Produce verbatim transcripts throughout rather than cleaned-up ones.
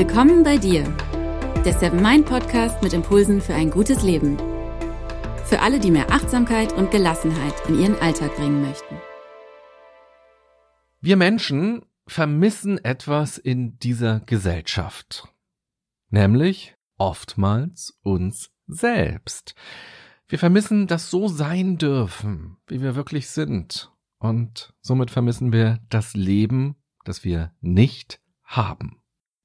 Willkommen bei dir, der Seven Mind Podcast mit Impulsen für ein gutes Leben. Für alle, die mehr Achtsamkeit und Gelassenheit in ihren Alltag bringen möchten. Wir Menschen vermissen etwas in dieser Gesellschaft, nämlich oftmals uns selbst. Wir vermissen das so sein dürfen, wie wir wirklich sind, und somit vermissen wir das Leben, das wir nicht haben.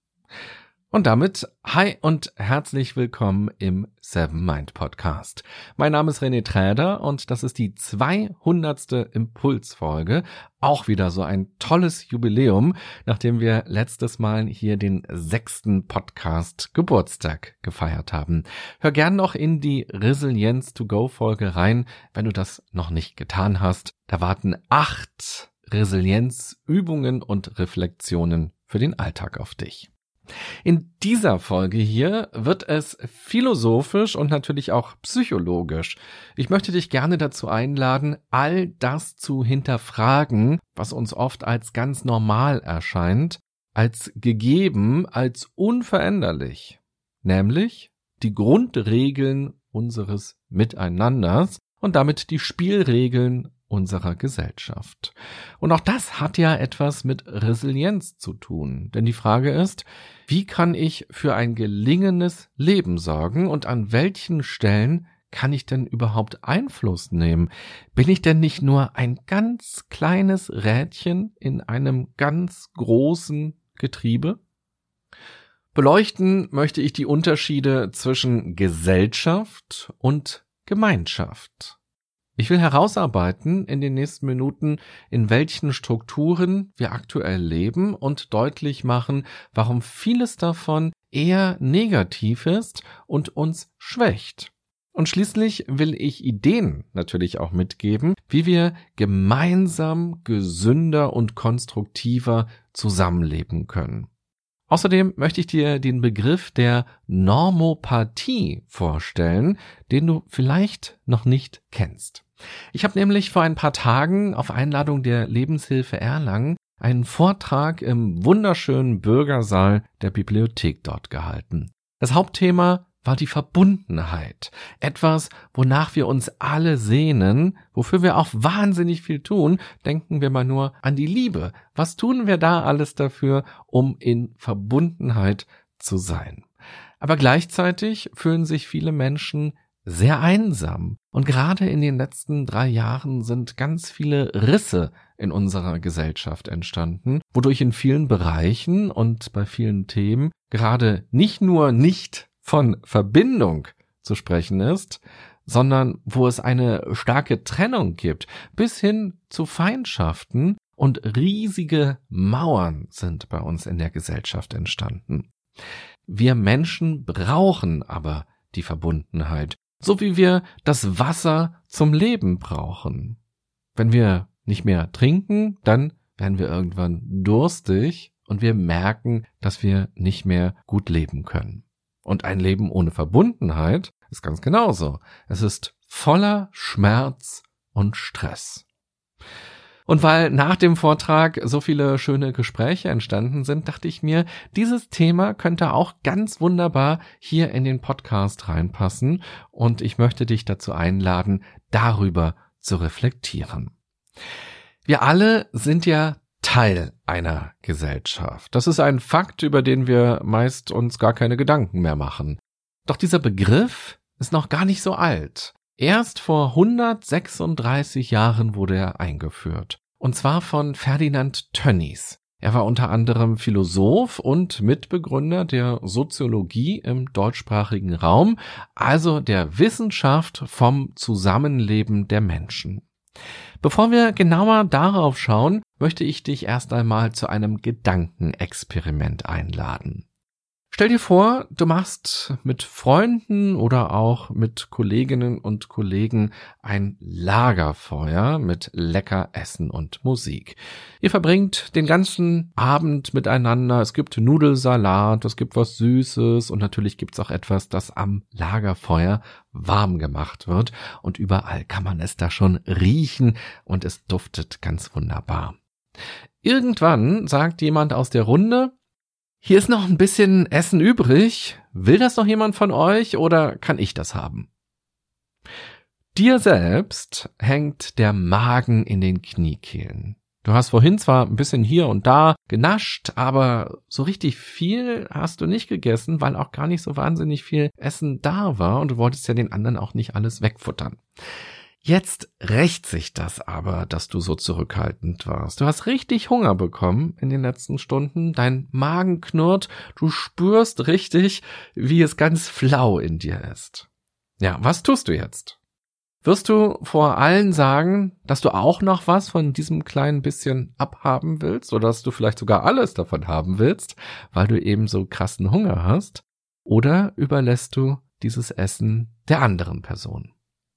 Und damit hi und herzlich willkommen im Seven Mind Podcast. Mein Name ist René Träder und das ist die zweihundertste Impulsfolge. Auch wieder so ein tolles Jubiläum, nachdem wir letztes Mal hier den sechsten Podcast Geburtstag gefeiert haben. Hör gern noch in die Resilienz to go Folge rein, wenn du das noch nicht getan hast. Da warten acht Resilienzübungen und Reflexionen für den Alltag auf dich. In dieser Folge hier wird es philosophisch und natürlich auch psychologisch. Ich möchte dich gerne dazu einladen, all das zu hinterfragen, was uns oft als ganz normal erscheint, als gegeben, als unveränderlich, nämlich die Grundregeln unseres Miteinanders und damit die Spielregeln unserer Gesellschaft. Und auch das hat ja etwas mit Resilienz zu tun. Denn die Frage ist, wie kann ich für ein gelingendes Leben sorgen und an welchen Stellen kann ich denn überhaupt Einfluss nehmen? Bin ich denn nicht nur ein ganz kleines Rädchen in einem ganz großen Getriebe? Beleuchten möchte ich die Unterschiede zwischen Gesellschaft und Gemeinschaft. Ich will herausarbeiten in den nächsten Minuten, in welchen Strukturen wir aktuell leben und deutlich machen, warum vieles davon eher negativ ist und uns schwächt. Und schließlich will ich Ideen natürlich auch mitgeben, wie wir gemeinsam gesünder und konstruktiver zusammenleben können. Außerdem möchte ich dir den Begriff der Normopathie vorstellen, den du vielleicht noch nicht kennst. Ich habe nämlich vor ein paar Tagen auf Einladung der Lebenshilfe Erlangen einen Vortrag im wunderschönen Bürgersaal der Bibliothek dort gehalten. Das Hauptthema war die Verbundenheit. Etwas, wonach wir uns alle sehnen, wofür wir auch wahnsinnig viel tun. Denken wir mal nur an die Liebe. Was tun wir da alles dafür, um in Verbundenheit zu sein? Aber gleichzeitig fühlen sich viele Menschen sehr einsam. Und gerade in den letzten drei Jahren sind ganz viele Risse in unserer Gesellschaft entstanden, wodurch in vielen Bereichen und bei vielen Themen gerade nicht nur nicht von Verbindung zu sprechen ist, sondern wo es eine starke Trennung gibt, bis hin zu Feindschaften, und riesige Mauern sind bei uns in der Gesellschaft entstanden. Wir Menschen brauchen aber die Verbundenheit, so wie wir das Wasser zum Leben brauchen. Wenn wir nicht mehr trinken, dann werden wir irgendwann durstig und wir merken, dass wir nicht mehr gut leben können. Und ein Leben ohne Verbundenheit ist ganz genauso. Es ist voller Schmerz und Stress. Und weil nach dem Vortrag so viele schöne Gespräche entstanden sind, dachte ich mir, dieses Thema könnte auch ganz wunderbar hier in den Podcast reinpassen. Und ich möchte dich dazu einladen, darüber zu reflektieren. Wir alle sind ja Teil einer Gesellschaft. Das ist ein Fakt, über den wir meist uns gar keine Gedanken mehr machen. Doch dieser Begriff ist noch gar nicht so alt. Erst vor hundertsechsunddreißig Jahren wurde er eingeführt. Und zwar von Ferdinand Tönnies. Er war unter anderem Philosoph und Mitbegründer der Soziologie im deutschsprachigen Raum, also der Wissenschaft vom Zusammenleben der Menschen. Bevor wir genauer darauf schauen, möchte ich dich erst einmal zu einem Gedankenexperiment einladen. Stell dir vor, du machst mit Freunden oder auch mit Kolleginnen und Kollegen ein Lagerfeuer mit lecker Essen und Musik. Ihr verbringt den ganzen Abend miteinander, es gibt Nudelsalat, es gibt was Süßes und natürlich gibt's auch etwas, das am Lagerfeuer warm gemacht wird und überall kann man es da schon riechen und es duftet ganz wunderbar. Irgendwann sagt jemand aus der Runde: Hier ist noch ein bisschen Essen übrig. Will das noch jemand von euch oder kann ich das haben? Dir selbst hängt der Magen in den Kniekehlen. Du hast vorhin zwar ein bisschen hier und da genascht, aber so richtig viel hast du nicht gegessen, weil auch gar nicht so wahnsinnig viel Essen da war und du wolltest ja den anderen auch nicht alles wegfuttern. Jetzt rächt sich das aber, dass du so zurückhaltend warst. Du hast richtig Hunger bekommen in den letzten Stunden, dein Magen knurrt, du spürst richtig, wie es ganz flau in dir ist. Ja, was tust du jetzt? Wirst du vor allen sagen, dass du auch noch was von diesem kleinen bisschen abhaben willst oder dass du vielleicht sogar alles davon haben willst, weil du eben so krassen Hunger hast? Oder überlässt du dieses Essen der anderen Person?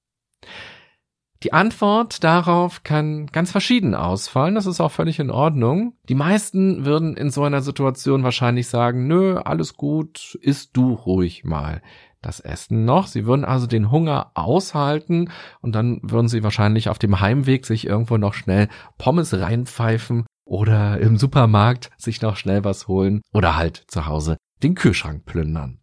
Die Antwort darauf kann ganz verschieden ausfallen, das ist auch völlig in Ordnung. Die meisten würden in so einer Situation wahrscheinlich sagen, nö, alles gut, isst du ruhig mal das Essen noch. Sie würden also den Hunger aushalten und dann würden sie wahrscheinlich auf dem Heimweg sich irgendwo noch schnell Pommes reinpfeifen oder im Supermarkt sich noch schnell was holen oder halt zu Hause den Kühlschrank plündern.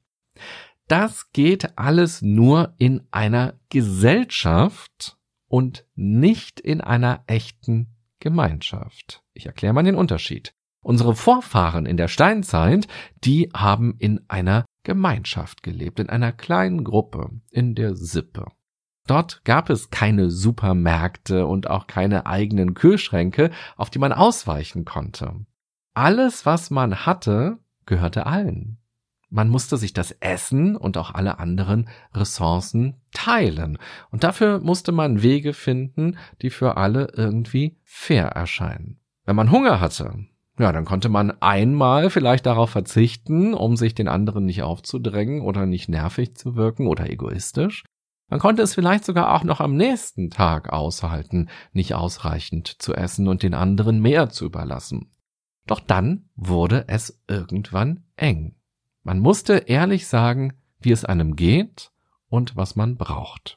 Das geht alles nur in einer Gesellschaft und nicht in einer echten Gemeinschaft. Ich erkläre mal den Unterschied. Unsere Vorfahren in der Steinzeit, die haben in einer Gemeinschaft gelebt, in einer kleinen Gruppe, in der Sippe. Dort gab es keine Supermärkte und auch keine eigenen Kühlschränke, auf die man ausweichen konnte. Alles, was man hatte, gehörte allen. Man musste sich das Essen und auch alle anderen Ressourcen teilen. Und dafür musste man Wege finden, die für alle irgendwie fair erscheinen. Wenn man Hunger hatte, ja, dann konnte man einmal vielleicht darauf verzichten, um sich den anderen nicht aufzudrängen oder nicht nervig zu wirken oder egoistisch. Man konnte es vielleicht sogar auch noch am nächsten Tag aushalten, nicht ausreichend zu essen und den anderen mehr zu überlassen. Doch dann wurde es irgendwann eng. Man musste ehrlich sagen, wie es einem geht und was man braucht.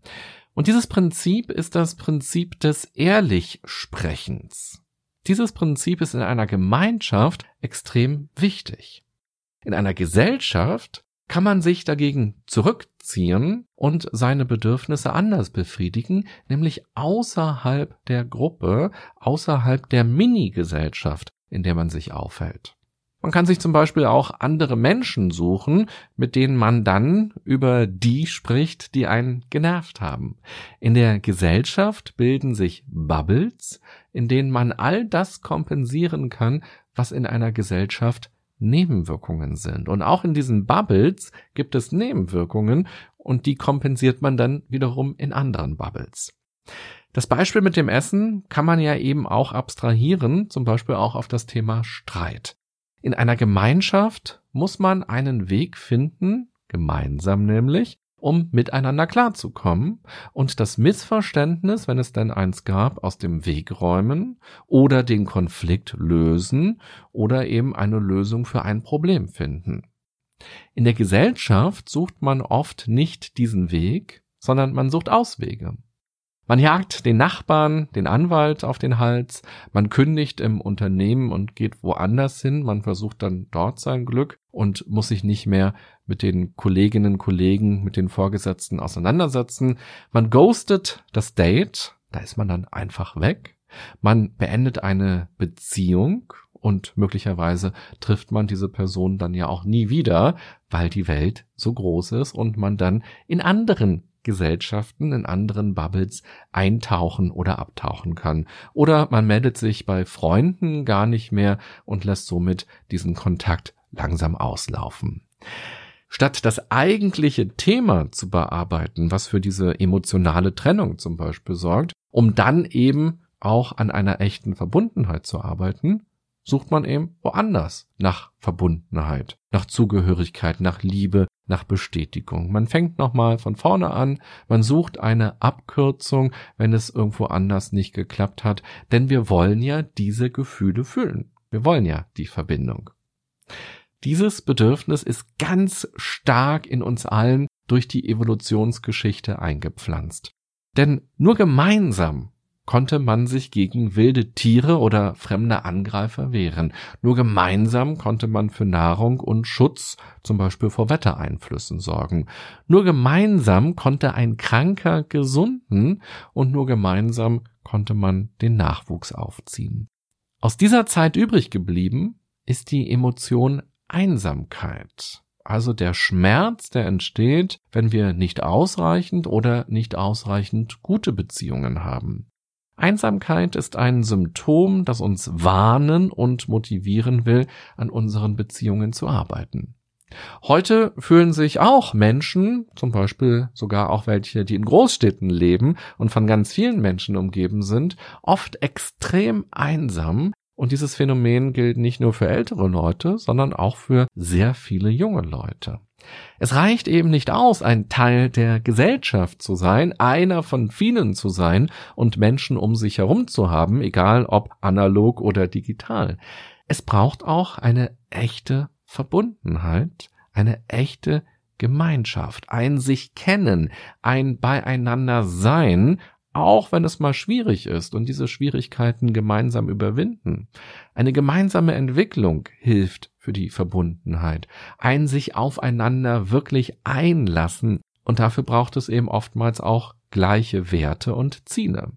Und dieses Prinzip ist das Prinzip des Ehrlichsprechens. Dieses Prinzip ist in einer Gemeinschaft extrem wichtig. In einer Gesellschaft kann man sich dagegen zurückziehen und seine Bedürfnisse anders befriedigen, nämlich außerhalb der Gruppe, außerhalb der Mini-Gesellschaft, in der man sich aufhält. Man kann sich zum Beispiel auch andere Menschen suchen, mit denen man dann über die spricht, die einen genervt haben. In der Gesellschaft bilden sich Bubbles, in denen man all das kompensieren kann, was in einer Gesellschaft Nebenwirkungen sind. Und auch in diesen Bubbles gibt es Nebenwirkungen und die kompensiert man dann wiederum in anderen Bubbles. Das Beispiel mit dem Essen kann man ja eben auch abstrahieren, zum Beispiel auch auf das Thema Streit. In einer Gemeinschaft muss man einen Weg finden, gemeinsam nämlich, um miteinander klarzukommen und das Missverständnis, wenn es denn eins gab, aus dem Weg räumen oder den Konflikt lösen oder eben eine Lösung für ein Problem finden. In der Gesellschaft sucht man oft nicht diesen Weg, sondern man sucht Auswege. Man jagt den Nachbarn, den Anwalt auf den Hals, man kündigt im Unternehmen und geht woanders hin, man versucht dann dort sein Glück und muss sich nicht mehr mit den Kolleginnen, Kollegen, mit den Vorgesetzten auseinandersetzen. Man ghostet das Date, da ist man dann einfach weg. Man beendet eine Beziehung und möglicherweise trifft man diese Person dann ja auch nie wieder, weil die Welt so groß ist und man dann in anderen Gesellschaften, in anderen Bubbles eintauchen oder abtauchen kann. Oder man meldet sich bei Freunden gar nicht mehr und lässt somit diesen Kontakt langsam auslaufen. Statt das eigentliche Thema zu bearbeiten, was für diese emotionale Trennung zum Beispiel sorgt, um dann eben auch an einer echten Verbundenheit zu arbeiten, sucht man eben woanders nach Verbundenheit, nach Zugehörigkeit, nach Liebe, nach Bestätigung. Man fängt nochmal von vorne an, man sucht eine Abkürzung, wenn es irgendwo anders nicht geklappt hat, denn wir wollen ja diese Gefühle fühlen. Wir wollen ja die Verbindung. Dieses Bedürfnis ist ganz stark in uns allen durch die Evolutionsgeschichte eingepflanzt. Denn nur gemeinsam konnte man sich gegen wilde Tiere oder fremde Angreifer wehren. Nur gemeinsam konnte man für Nahrung und Schutz, zum Beispiel vor Wettereinflüssen, sorgen. Nur gemeinsam konnte ein Kranker gesunden und nur gemeinsam konnte man den Nachwuchs aufziehen. Aus dieser Zeit übrig geblieben ist die Emotion Einsamkeit. Also der Schmerz, der entsteht, wenn wir nicht ausreichend oder nicht ausreichend gute Beziehungen haben. Einsamkeit ist ein Symptom, das uns warnen und motivieren will, an unseren Beziehungen zu arbeiten. Heute fühlen sich auch Menschen, zum Beispiel sogar auch welche, die in Großstädten leben und von ganz vielen Menschen umgeben sind, oft extrem einsam. Und dieses Phänomen gilt nicht nur für ältere Leute, sondern auch für sehr viele junge Leute. Es reicht eben nicht aus, ein Teil der Gesellschaft zu sein, einer von vielen zu sein und Menschen um sich herum zu haben, egal ob analog oder digital. Es braucht auch eine echte Verbundenheit, eine echte Gemeinschaft, ein sich kennen, ein beieinander sein, auch wenn es mal schwierig ist und diese Schwierigkeiten gemeinsam überwinden. Eine gemeinsame Entwicklung hilft für die Verbundenheit, ein sich aufeinander wirklich einlassen, und dafür braucht es eben oftmals auch gleiche Werte und Ziele.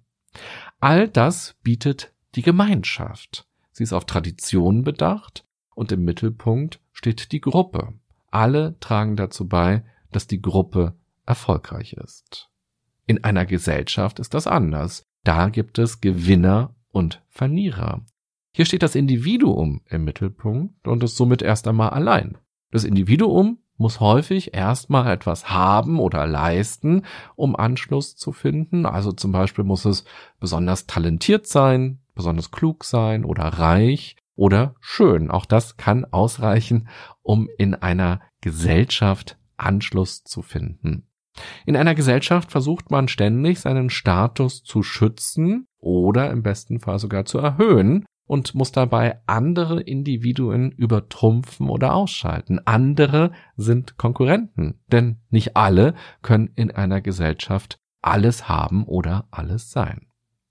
All das bietet die Gemeinschaft. Sie ist auf Tradition bedacht und im Mittelpunkt steht die Gruppe. Alle tragen dazu bei, dass die Gruppe erfolgreich ist. In einer Gesellschaft ist das anders. Da gibt es Gewinner und Verlierer. Hier steht das Individuum im Mittelpunkt und ist somit erst einmal allein. Das Individuum muss häufig erstmal etwas haben oder leisten, um Anschluss zu finden. Also zum Beispiel muss es besonders talentiert sein, besonders klug sein oder reich oder schön. Auch das kann ausreichen, um in einer Gesellschaft Anschluss zu finden. In einer Gesellschaft versucht man ständig, seinen Status zu schützen oder im besten Fall sogar zu erhöhen und muss dabei andere Individuen übertrumpfen oder ausschalten. Andere sind Konkurrenten, denn nicht alle können in einer Gesellschaft alles haben oder alles sein.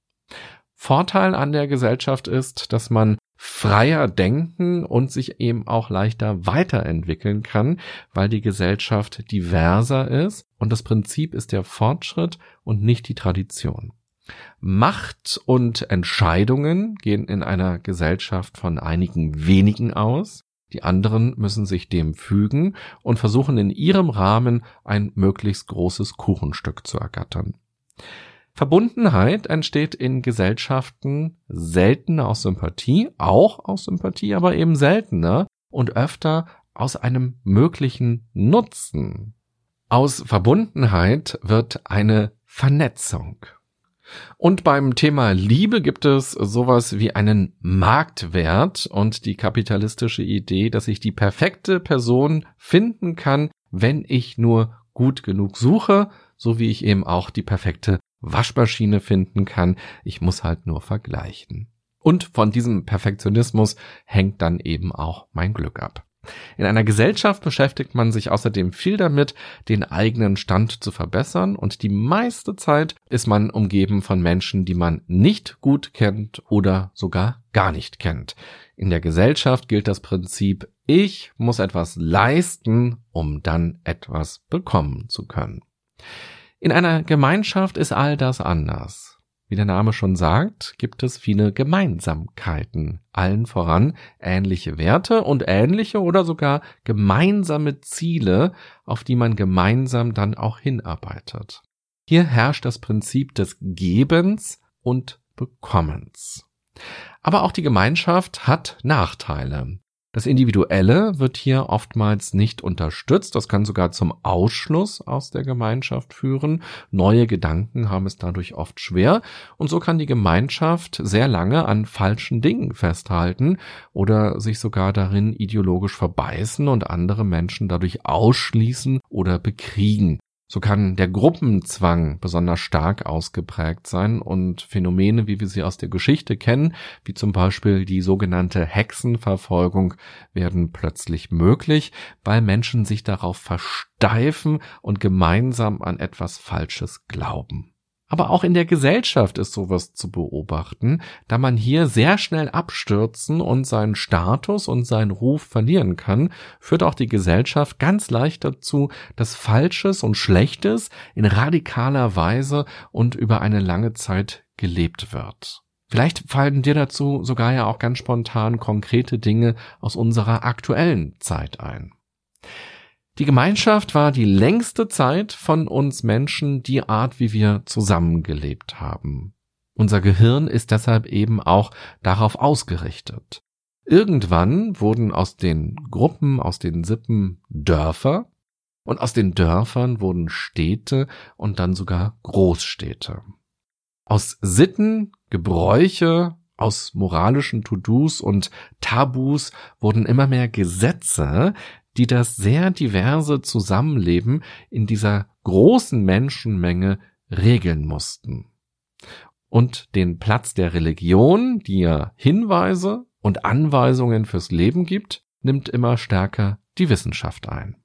Vorteil an der Gesellschaft ist, dass man freier denken und sich eben auch leichter weiterentwickeln kann, weil die Gesellschaft diverser ist und das Prinzip ist der Fortschritt und nicht die Tradition. Macht und Entscheidungen gehen in einer Gesellschaft von einigen wenigen aus. Die anderen müssen sich dem fügen und versuchen in ihrem Rahmen ein möglichst großes Kuchenstück zu ergattern. Verbundenheit entsteht in Gesellschaften seltener aus Sympathie, auch aus Sympathie, aber eben seltener und öfter aus einem möglichen Nutzen. Aus Verbundenheit wird eine Vernetzung. Und beim Thema Liebe gibt es sowas wie einen Marktwert und die kapitalistische Idee, dass ich die perfekte Person finden kann, wenn ich nur gut genug suche, so wie ich eben auch die perfekte Waschmaschine finden kann. Ich muss halt nur vergleichen. Und von diesem Perfektionismus hängt dann eben auch mein Glück ab. In einer Gesellschaft beschäftigt man sich außerdem viel damit, den eigenen Stand zu verbessern und die meiste Zeit ist man umgeben von Menschen, die man nicht gut kennt oder sogar gar nicht kennt. In der Gesellschaft gilt das Prinzip, ich muss etwas leisten, um dann etwas bekommen zu können. In einer Gemeinschaft ist all das anders. Wie der Name schon sagt, gibt es viele Gemeinsamkeiten, allen voran ähnliche Werte und ähnliche oder sogar gemeinsame Ziele, auf die man gemeinsam dann auch hinarbeitet. Hier herrscht das Prinzip des Gebens und Bekommens. Aber auch die Gemeinschaft hat Nachteile. Das Individuelle wird hier oftmals nicht unterstützt, das kann sogar zum Ausschluss aus der Gemeinschaft führen. Neue Gedanken haben es dadurch oft schwer und so kann die Gemeinschaft sehr lange an falschen Dingen festhalten oder sich sogar darin ideologisch verbeißen und andere Menschen dadurch ausschließen oder bekriegen. So kann der Gruppenzwang besonders stark ausgeprägt sein und Phänomene, wie wir sie aus der Geschichte kennen, wie zum Beispiel die sogenannte Hexenverfolgung, werden plötzlich möglich, weil Menschen sich darauf versteifen und gemeinsam an etwas Falsches glauben. Aber auch in der Gesellschaft ist sowas zu beobachten, da man hier sehr schnell abstürzen und seinen Status und seinen Ruf verlieren kann, führt auch die Gesellschaft ganz leicht dazu, dass Falsches und Schlechtes in radikaler Weise und über eine lange Zeit gelebt wird. Vielleicht fallen dir dazu sogar ja auch ganz spontan konkrete Dinge aus unserer aktuellen Zeit ein. Die Gemeinschaft war die längste Zeit von uns Menschen die Art, wie wir zusammengelebt haben. Unser Gehirn ist deshalb eben auch darauf ausgerichtet. Irgendwann wurden aus den Gruppen, aus den Sippen Dörfer und aus den Dörfern wurden Städte und dann sogar Großstädte. Aus Sitten, Gebräuche, aus moralischen To-Dos und Tabus wurden immer mehr Gesetze, die das sehr diverse Zusammenleben in dieser großen Menschenmenge regeln mussten. Und den Platz der Religion, die ja Hinweise und Anweisungen fürs Leben gibt, nimmt immer stärker die Wissenschaft ein.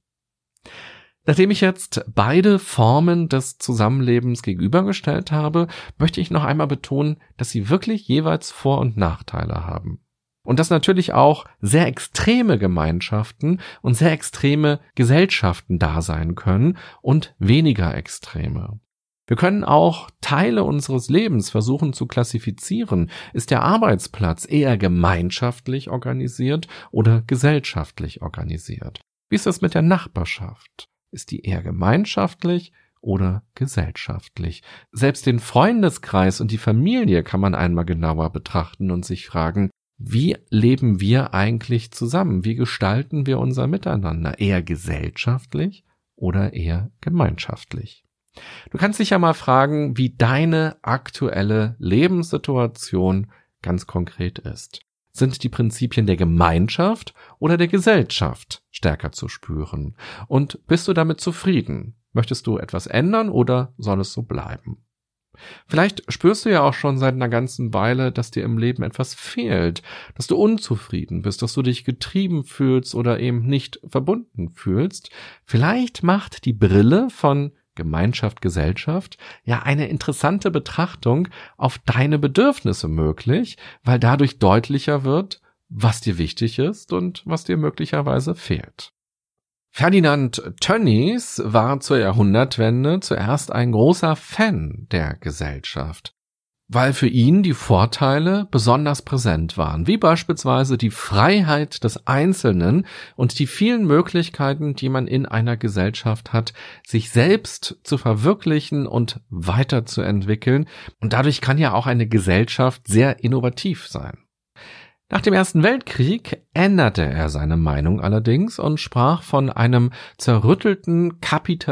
Nachdem ich jetzt beide Formen des Zusammenlebens gegenübergestellt habe, möchte ich noch einmal betonen, dass sie wirklich jeweils Vor- und Nachteile haben. Und dass natürlich auch sehr extreme Gemeinschaften und sehr extreme Gesellschaften da sein können und weniger extreme. Wir können auch Teile unseres Lebens versuchen zu klassifizieren. Ist der Arbeitsplatz eher gemeinschaftlich organisiert oder gesellschaftlich organisiert? Wie ist das mit der Nachbarschaft? Ist die eher gemeinschaftlich oder gesellschaftlich? Selbst den Freundeskreis und die Familie kann man einmal genauer betrachten und sich fragen, wie leben wir eigentlich zusammen? Wie gestalten wir unser Miteinander? Eher gesellschaftlich oder eher gemeinschaftlich? Du kannst dich ja mal fragen, wie deine aktuelle Lebenssituation ganz konkret ist. Sind die Prinzipien der Gemeinschaft oder der Gesellschaft stärker zu spüren? Und bist du damit zufrieden? Möchtest du etwas ändern oder soll es so bleiben? Vielleicht spürst du ja auch schon seit einer ganzen Weile, dass dir im Leben etwas fehlt, dass du unzufrieden bist, dass du dich getrieben fühlst oder eben nicht verbunden fühlst. Vielleicht macht die Brille von Gemeinschaft, Gesellschaft ja eine interessante Betrachtung auf deine Bedürfnisse möglich, weil dadurch deutlicher wird, was dir wichtig ist und was dir möglicherweise fehlt. Ferdinand Tönnies war zur Jahrhundertwende zuerst ein großer Fan der Gesellschaft, weil für ihn die Vorteile besonders präsent waren, wie beispielsweise die Freiheit des Einzelnen und die vielen Möglichkeiten, die man in einer Gesellschaft hat, sich selbst zu verwirklichen und weiterzuentwickeln. Und dadurch kann ja auch eine Gesellschaft sehr innovativ sein. Nach dem Ersten Weltkrieg änderte er seine Meinung allerdings und sprach von einem zerrüttelten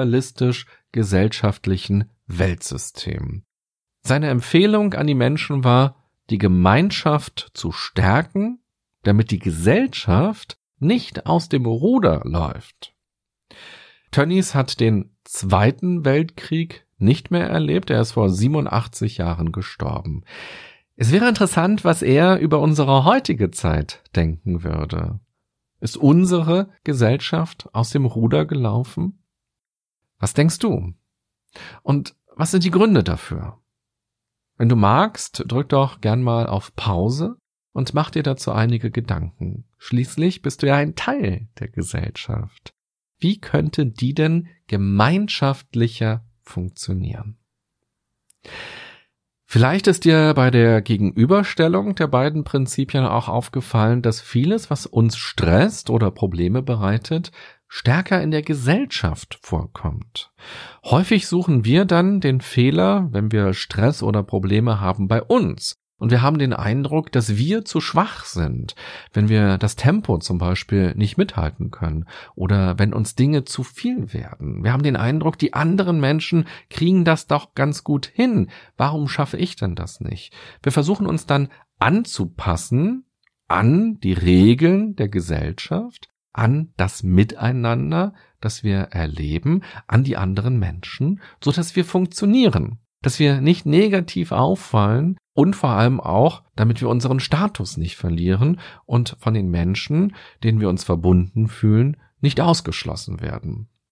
kapitalistisch-gesellschaftlichen Weltsystem. Seine Empfehlung an die Menschen war, die Gemeinschaft zu stärken, damit die Gesellschaft nicht aus dem Ruder läuft. Tönnies hat den Zweiten Weltkrieg nicht mehr erlebt, er ist vor siebenundachtzig Jahren gestorben. Es wäre interessant, was er über unsere heutige Zeit denken würde. Ist unsere Gesellschaft aus dem Ruder gelaufen? Was denkst du? Und was sind die Gründe dafür? Wenn du magst, drück doch gern mal auf Pause und mach dir dazu einige Gedanken. Schließlich bist du ja ein Teil der Gesellschaft. Wie könnte die denn gemeinschaftlicher funktionieren? Vielleicht ist dir bei der Gegenüberstellung der beiden Prinzipien auch aufgefallen, dass vieles, was uns stresst oder Probleme bereitet, stärker in der Gesellschaft vorkommt. Häufig suchen wir dann den Fehler, wenn wir Stress oder Probleme haben, bei uns. Und wir haben den Eindruck, dass wir zu schwach sind, wenn wir das Tempo zum Beispiel nicht mithalten können oder wenn uns Dinge zu viel werden. Wir haben den Eindruck, die anderen Menschen kriegen das doch ganz gut hin. Warum schaffe ich denn das nicht? Wir versuchen uns dann anzupassen an die Regeln der Gesellschaft, an das Miteinander, das wir erleben, an die anderen Menschen, so dass wir funktionieren, dass wir nicht negativ auffallen und vor allem auch, damit wir unseren Status nicht verlieren und von den Menschen, denen wir uns verbunden fühlen, nicht ausgeschlossen werden.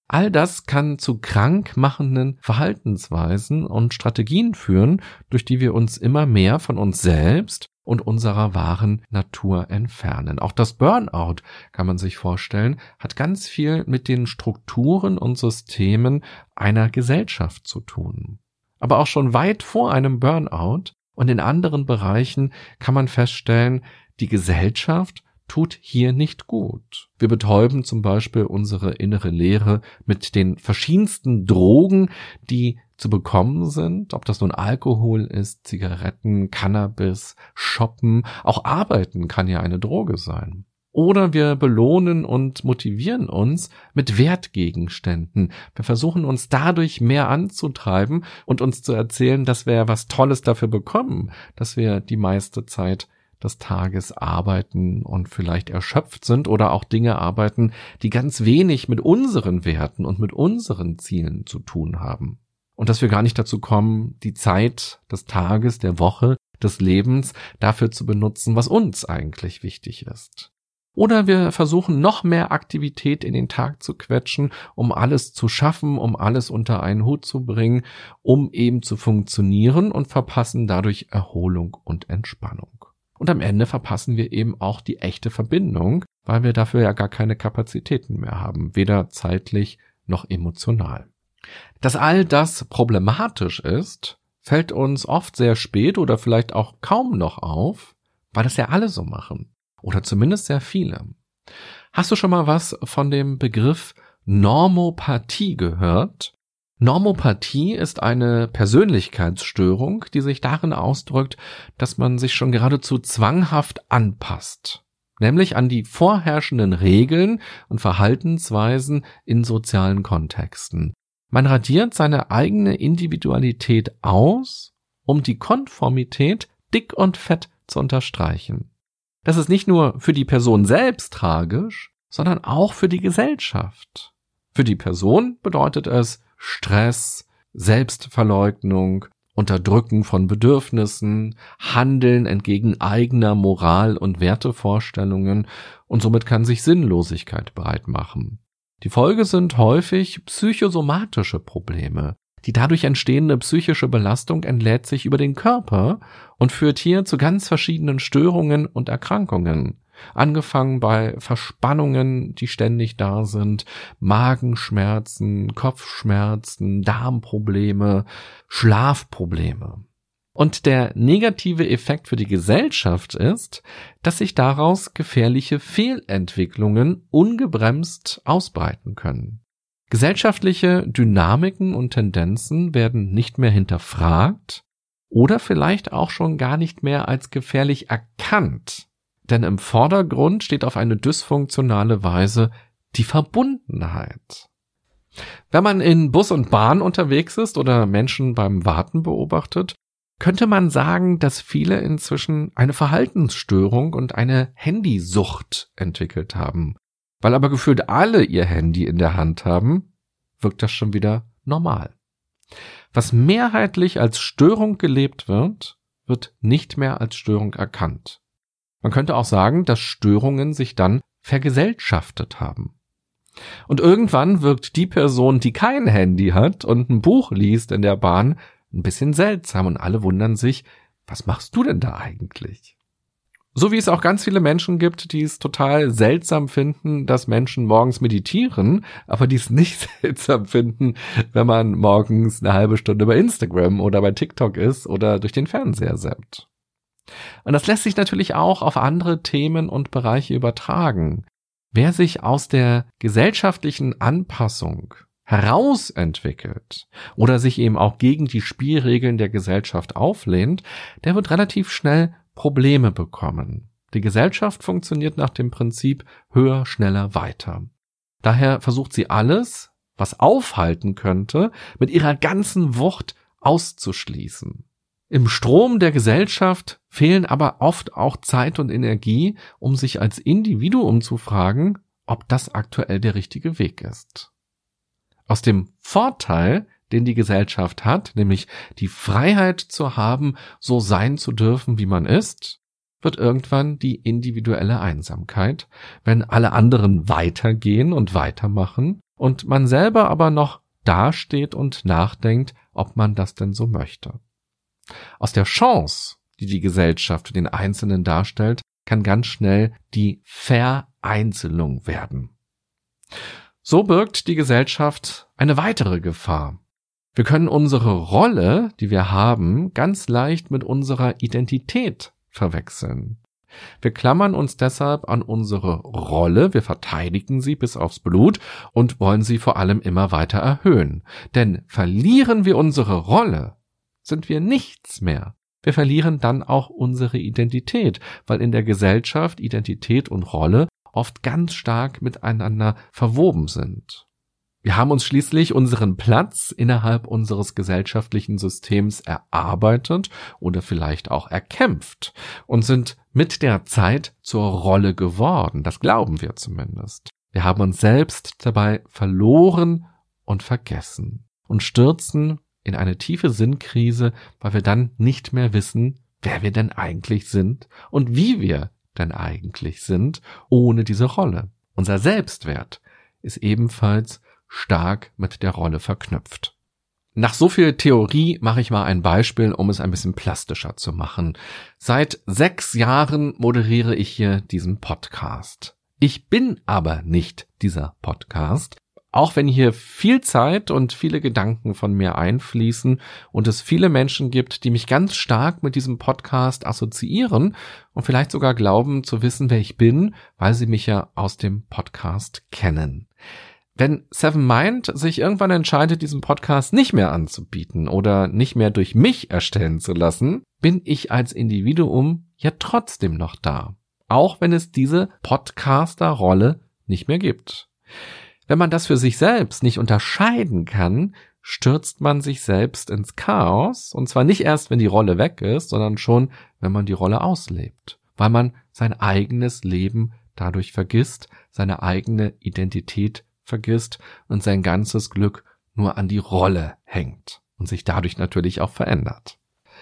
All das kann zu krankmachenden Verhaltensweisen und Strategien führen, durch die wir uns immer mehr von uns selbst und unserer wahren Natur entfernen. Auch das Burnout, kann man sich vorstellen, hat ganz viel mit den Strukturen und Systemen einer Gesellschaft zu tun. Aber auch schon weit vor einem Burnout und in anderen Bereichen kann man feststellen, die Gesellschaft tut hier nicht gut. Wir betäuben zum Beispiel unsere innere Leere mit den verschiedensten Drogen, die zu bekommen sind, ob das nun Alkohol ist, Zigaretten, Cannabis, Shoppen, auch Arbeiten kann ja eine Droge sein. Oder wir belohnen und motivieren uns mit Wertgegenständen. Wir versuchen uns dadurch mehr anzutreiben und uns zu erzählen, dass wir was Tolles dafür bekommen, dass wir die meiste Zeit des Tages arbeiten und vielleicht erschöpft sind oder auch Dinge arbeiten, die ganz wenig mit unseren Werten und mit unseren Zielen zu tun haben. Und dass wir gar nicht dazu kommen, die Zeit des Tages, der Woche, des Lebens dafür zu benutzen, was uns eigentlich wichtig ist. Oder wir versuchen noch mehr Aktivität in den Tag zu quetschen, um alles zu schaffen, um alles unter einen Hut zu bringen, um eben zu funktionieren und verpassen dadurch Erholung und Entspannung. Und am Ende verpassen wir eben auch die echte Verbindung, weil wir dafür ja gar keine Kapazitäten mehr haben, weder zeitlich noch emotional. Dass all das problematisch ist, fällt uns oft sehr spät oder vielleicht auch kaum noch auf, weil das ja alle so machen. Oder zumindest sehr viele. Hast du schon mal was von dem Begriff Normopathie gehört? Normopathie ist eine Persönlichkeitsstörung, die sich darin ausdrückt, dass man sich schon geradezu zwanghaft anpasst, nämlich an die vorherrschenden Regeln und Verhaltensweisen in sozialen Kontexten. Man radiert seine eigene Individualität aus, um die Konformität dick und fett zu unterstreichen. Das ist nicht nur für die Person selbst tragisch, sondern auch für die Gesellschaft. Für die Person bedeutet es Stress, Selbstverleugnung, Unterdrücken von Bedürfnissen, Handeln entgegen eigener Moral- und Wertevorstellungen und somit kann sich Sinnlosigkeit breit machen. Die Folge sind häufig psychosomatische Probleme. Die dadurch entstehende psychische Belastung entlädt sich über den Körper und führt hier zu ganz verschiedenen Störungen und Erkrankungen. Angefangen bei Verspannungen, die ständig da sind, Magenschmerzen, Kopfschmerzen, Darmprobleme, Schlafprobleme. Und der negative Effekt für die Gesellschaft ist, dass sich daraus gefährliche Fehlentwicklungen ungebremst ausbreiten können. Gesellschaftliche Dynamiken und Tendenzen werden nicht mehr hinterfragt oder vielleicht auch schon gar nicht mehr als gefährlich erkannt. Denn im Vordergrund steht auf eine dysfunktionale Weise die Verbundenheit. Wenn man in Bus und Bahn unterwegs ist oder Menschen beim Warten beobachtet, könnte man sagen, dass viele inzwischen eine Verhaltensstörung und eine Handysucht entwickelt haben. Weil aber gefühlt alle ihr Handy in der Hand haben, wirkt das schon wieder normal. Was mehrheitlich als Störung gelebt wird, wird nicht mehr als Störung erkannt. Man könnte auch sagen, dass Störungen sich dann vergesellschaftet haben. Und irgendwann wirkt die Person, die kein Handy hat und ein Buch liest in der Bahn, ein bisschen seltsam und alle wundern sich, was machst du denn da eigentlich? So wie es auch ganz viele Menschen gibt, die es total seltsam finden, dass Menschen morgens meditieren, aber die es nicht seltsam finden, wenn man morgens eine halbe Stunde bei Instagram oder bei TikTok ist oder durch den Fernseher zappt. Und das lässt sich natürlich auch auf andere Themen und Bereiche übertragen. Wer sich aus der gesellschaftlichen Anpassung herausentwickelt oder sich eben auch gegen die Spielregeln der Gesellschaft auflehnt, der wird relativ schnell Probleme bekommen. Die Gesellschaft funktioniert nach dem Prinzip höher, schneller, weiter. Daher versucht sie alles, was aufhalten könnte, mit ihrer ganzen Wucht auszuschließen. Im Strom der Gesellschaft fehlen aber oft auch Zeit und Energie, um sich als Individuum zu fragen, ob das aktuell der richtige Weg ist. Aus dem Vorteil, den die Gesellschaft hat, nämlich die Freiheit zu haben, so sein zu dürfen, wie man ist, wird irgendwann die individuelle Einsamkeit, wenn alle anderen weitergehen und weitermachen und man selber aber noch dasteht und nachdenkt, ob man das denn so möchte. Aus der Chance, die die Gesellschaft für den Einzelnen darstellt, kann ganz schnell die Vereinzelung werden. So birgt die Gesellschaft eine weitere Gefahr. Wir können unsere Rolle, die wir haben, ganz leicht mit unserer Identität verwechseln. Wir klammern uns deshalb an unsere Rolle, wir verteidigen sie bis aufs Blut und wollen sie vor allem immer weiter erhöhen. Denn verlieren wir unsere Rolle, sind wir nichts mehr. Wir verlieren dann auch unsere Identität, weil in der Gesellschaft Identität und Rolle oft ganz stark miteinander verwoben sind. Wir haben uns schließlich unseren Platz innerhalb unseres gesellschaftlichen Systems erarbeitet oder vielleicht auch erkämpft und sind mit der Zeit zur Rolle geworden. Das glauben wir zumindest. Wir haben uns selbst dabei verloren und vergessen und stürzen in eine tiefe Sinnkrise, weil wir dann nicht mehr wissen, wer wir denn eigentlich sind und wie wir denn eigentlich sind ohne diese Rolle. Unser Selbstwert ist ebenfalls stark mit der Rolle verknüpft. Nach so viel Theorie mache ich mal ein Beispiel, um es ein bisschen plastischer zu machen. Seit sechs Jahren moderiere ich hier diesen Podcast. Ich bin aber nicht dieser Podcast, auch wenn hier viel Zeit und viele Gedanken von mir einfließen und es viele Menschen gibt, die mich ganz stark mit diesem Podcast assoziieren und vielleicht sogar glauben zu wissen, wer ich bin, weil sie mich ja aus dem Podcast kennen. Wenn Seven Mind sich irgendwann entscheidet, diesen Podcast nicht mehr anzubieten oder nicht mehr durch mich erstellen zu lassen, bin ich als Individuum ja trotzdem noch da. Auch wenn es diese Podcaster-Rolle nicht mehr gibt. Wenn man das für sich selbst nicht unterscheiden kann, stürzt man sich selbst ins Chaos. Und zwar nicht erst, wenn die Rolle weg ist, sondern schon, wenn man die Rolle auslebt. Weil man sein eigenes Leben dadurch vergisst, seine eigene Identität vergisst und sein ganzes Glück nur an die Rolle hängt und sich dadurch natürlich auch verändert.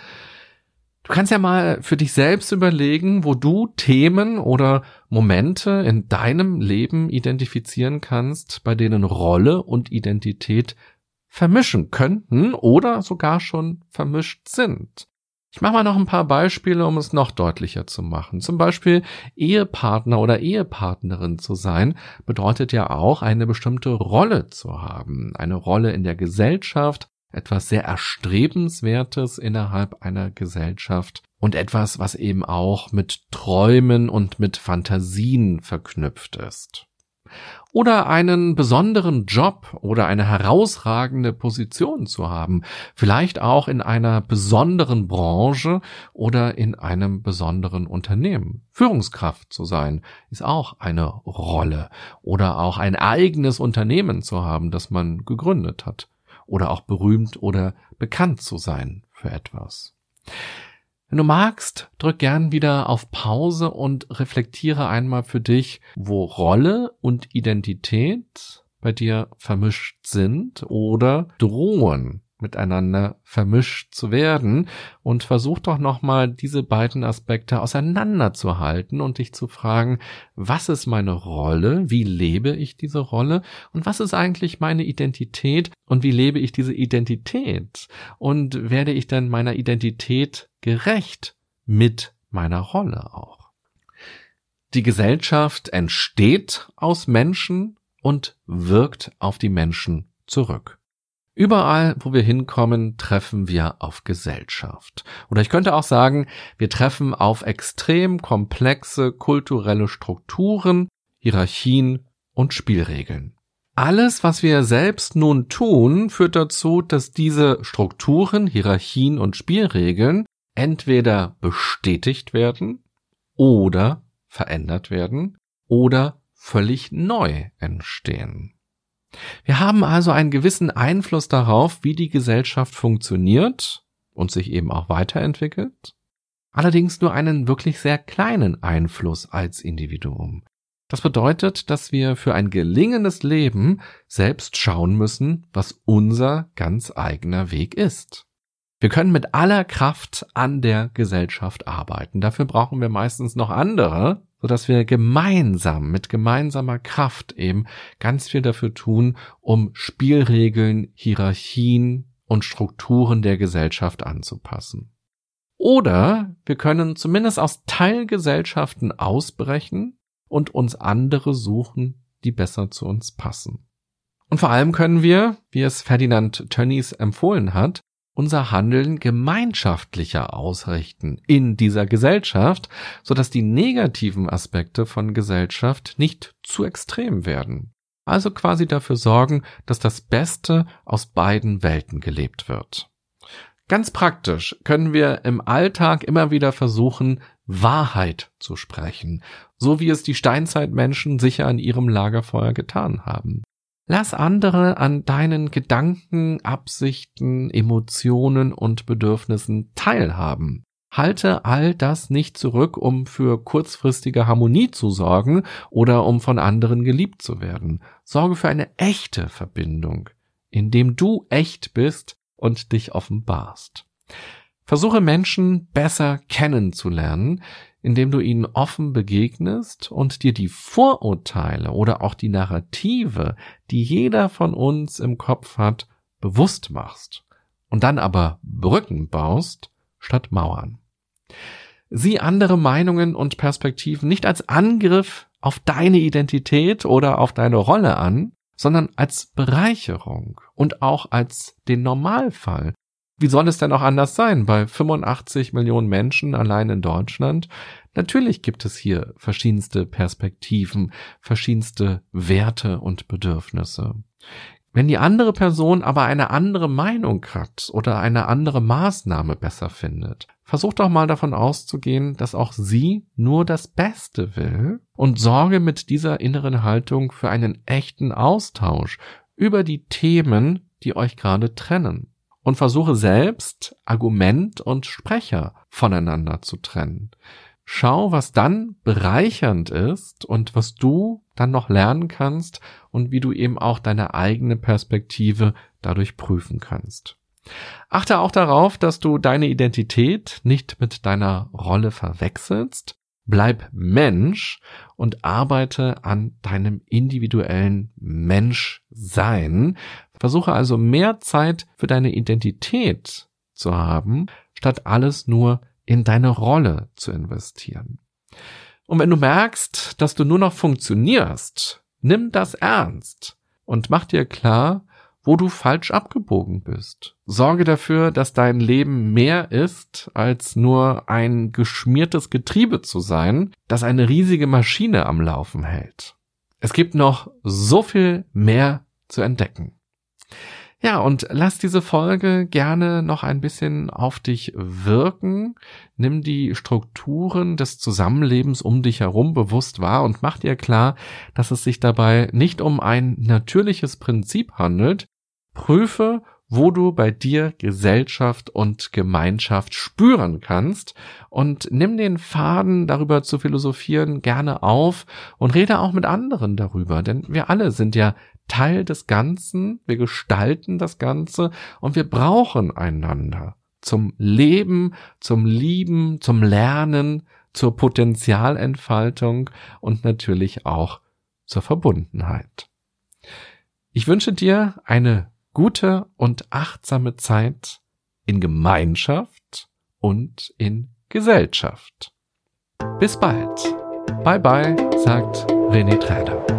Du kannst ja mal für dich selbst überlegen, wo du Themen oder Momente in deinem Leben identifizieren kannst, bei denen Rolle und Identität vermischen könnten oder sogar schon vermischt sind. Ich mache mal noch ein paar Beispiele, um es noch deutlicher zu machen. Zum Beispiel Ehepartner oder Ehepartnerin zu sein, bedeutet ja auch, eine bestimmte Rolle zu haben. Eine Rolle in der Gesellschaft, etwas sehr Erstrebenswertes innerhalb einer Gesellschaft und etwas, was eben auch mit Träumen und mit Fantasien verknüpft ist. Oder einen besonderen Job oder eine herausragende Position zu haben, vielleicht auch in einer besonderen Branche oder in einem besonderen Unternehmen. Führungskraft zu sein, ist auch eine Rolle. Oder auch ein eigenes Unternehmen zu haben, das man gegründet hat. Oder auch berühmt oder bekannt zu sein für etwas. Wenn du magst, drück gern wieder auf Pause und reflektiere einmal für dich, wo Rolle und Identität bei dir vermischt sind oder drohen miteinander vermischt zu werden, und versuch doch nochmal diese beiden Aspekte auseinanderzuhalten und dich zu fragen, was ist meine Rolle, wie lebe ich diese Rolle und was ist eigentlich meine Identität und wie lebe ich diese Identität und werde ich denn meiner Identität gerecht mit meiner Rolle auch. Die Gesellschaft entsteht aus Menschen und wirkt auf die Menschen zurück. Überall, wo wir hinkommen, treffen wir auf Gesellschaft. Oder ich könnte auch sagen, wir treffen auf extrem komplexe kulturelle Strukturen, Hierarchien und Spielregeln. Alles, was wir selbst nun tun, führt dazu, dass diese Strukturen, Hierarchien und Spielregeln entweder bestätigt werden oder verändert werden oder völlig neu entstehen. Wir haben also einen gewissen Einfluss darauf, wie die Gesellschaft funktioniert und sich eben auch weiterentwickelt, allerdings nur einen wirklich sehr kleinen Einfluss als Individuum. Das bedeutet, dass wir für ein gelingendes Leben selbst schauen müssen, was unser ganz eigener Weg ist. Wir können mit aller Kraft an der Gesellschaft arbeiten. Dafür brauchen wir meistens noch andere, sodass wir gemeinsam, mit gemeinsamer Kraft eben ganz viel dafür tun, um Spielregeln, Hierarchien und Strukturen der Gesellschaft anzupassen. Oder wir können zumindest aus Teilgesellschaften ausbrechen und uns andere suchen, die besser zu uns passen. Und vor allem können wir, wie es Ferdinand Tönnies empfohlen hat, unser Handeln gemeinschaftlicher ausrichten in dieser Gesellschaft, sodass die negativen Aspekte von Gesellschaft nicht zu extrem werden. Also quasi dafür sorgen, dass das Beste aus beiden Welten gelebt wird. Ganz praktisch können wir im Alltag immer wieder versuchen, Wahrheit zu sprechen, so wie es die Steinzeitmenschen sicher an ihrem Lagerfeuer getan haben. Lass andere an deinen Gedanken, Absichten, Emotionen und Bedürfnissen teilhaben. Halte all das nicht zurück, um für kurzfristige Harmonie zu sorgen oder um von anderen geliebt zu werden. Sorge für eine echte Verbindung, indem du echt bist und dich offenbarst. Versuche Menschen besser kennenzulernen, indem du ihnen offen begegnest und dir die Vorurteile oder auch die Narrative, die jeder von uns im Kopf hat, bewusst machst und dann aber Brücken baust statt Mauern. Sieh andere Meinungen und Perspektiven nicht als Angriff auf deine Identität oder auf deine Rolle an, sondern als Bereicherung und auch als den Normalfall. Wie soll es denn auch anders sein bei fünfundachtzig Millionen Menschen allein in Deutschland? Natürlich gibt es hier verschiedenste Perspektiven, verschiedenste Werte und Bedürfnisse. Wenn die andere Person aber eine andere Meinung hat oder eine andere Maßnahme besser findet, versuch doch mal davon auszugehen, dass auch sie nur das Beste will und sorge mit dieser inneren Haltung für einen echten Austausch über die Themen, die euch gerade trennen. Und versuche selbst, Argument und Sprecher voneinander zu trennen. Schau, was dann bereichernd ist und was du dann noch lernen kannst und wie du eben auch deine eigene Perspektive dadurch prüfen kannst. Achte auch darauf, dass du deine Identität nicht mit deiner Rolle verwechselst. Bleib Mensch und arbeite an deinem individuellen Menschsein. Versuche also mehr Zeit für deine Identität zu haben, statt alles nur in deine Rolle zu investieren. Und wenn du merkst, dass du nur noch funktionierst, nimm das ernst und mach dir klar, wo du falsch abgebogen bist. Sorge dafür, dass dein Leben mehr ist, als nur ein geschmiertes Getriebe zu sein, das eine riesige Maschine am Laufen hält. Es gibt noch so viel mehr zu entdecken. Ja, und lass diese Folge gerne noch ein bisschen auf dich wirken. Nimm die Strukturen des Zusammenlebens um dich herum bewusst wahr und mach dir klar, dass es sich dabei nicht um ein natürliches Prinzip handelt. Prüfe, wo du bei dir Gesellschaft und Gemeinschaft spüren kannst und nimm den Faden, darüber zu philosophieren, gerne auf und rede auch mit anderen darüber, denn wir alle sind ja Teil des Ganzen, wir gestalten das Ganze und wir brauchen einander zum Leben, zum Lieben, zum Lernen, zur Potenzialentfaltung und natürlich auch zur Verbundenheit. Ich wünsche dir eine gute und achtsame Zeit in Gemeinschaft und in Gesellschaft. Bis bald. Bye bye, sagt René Träder.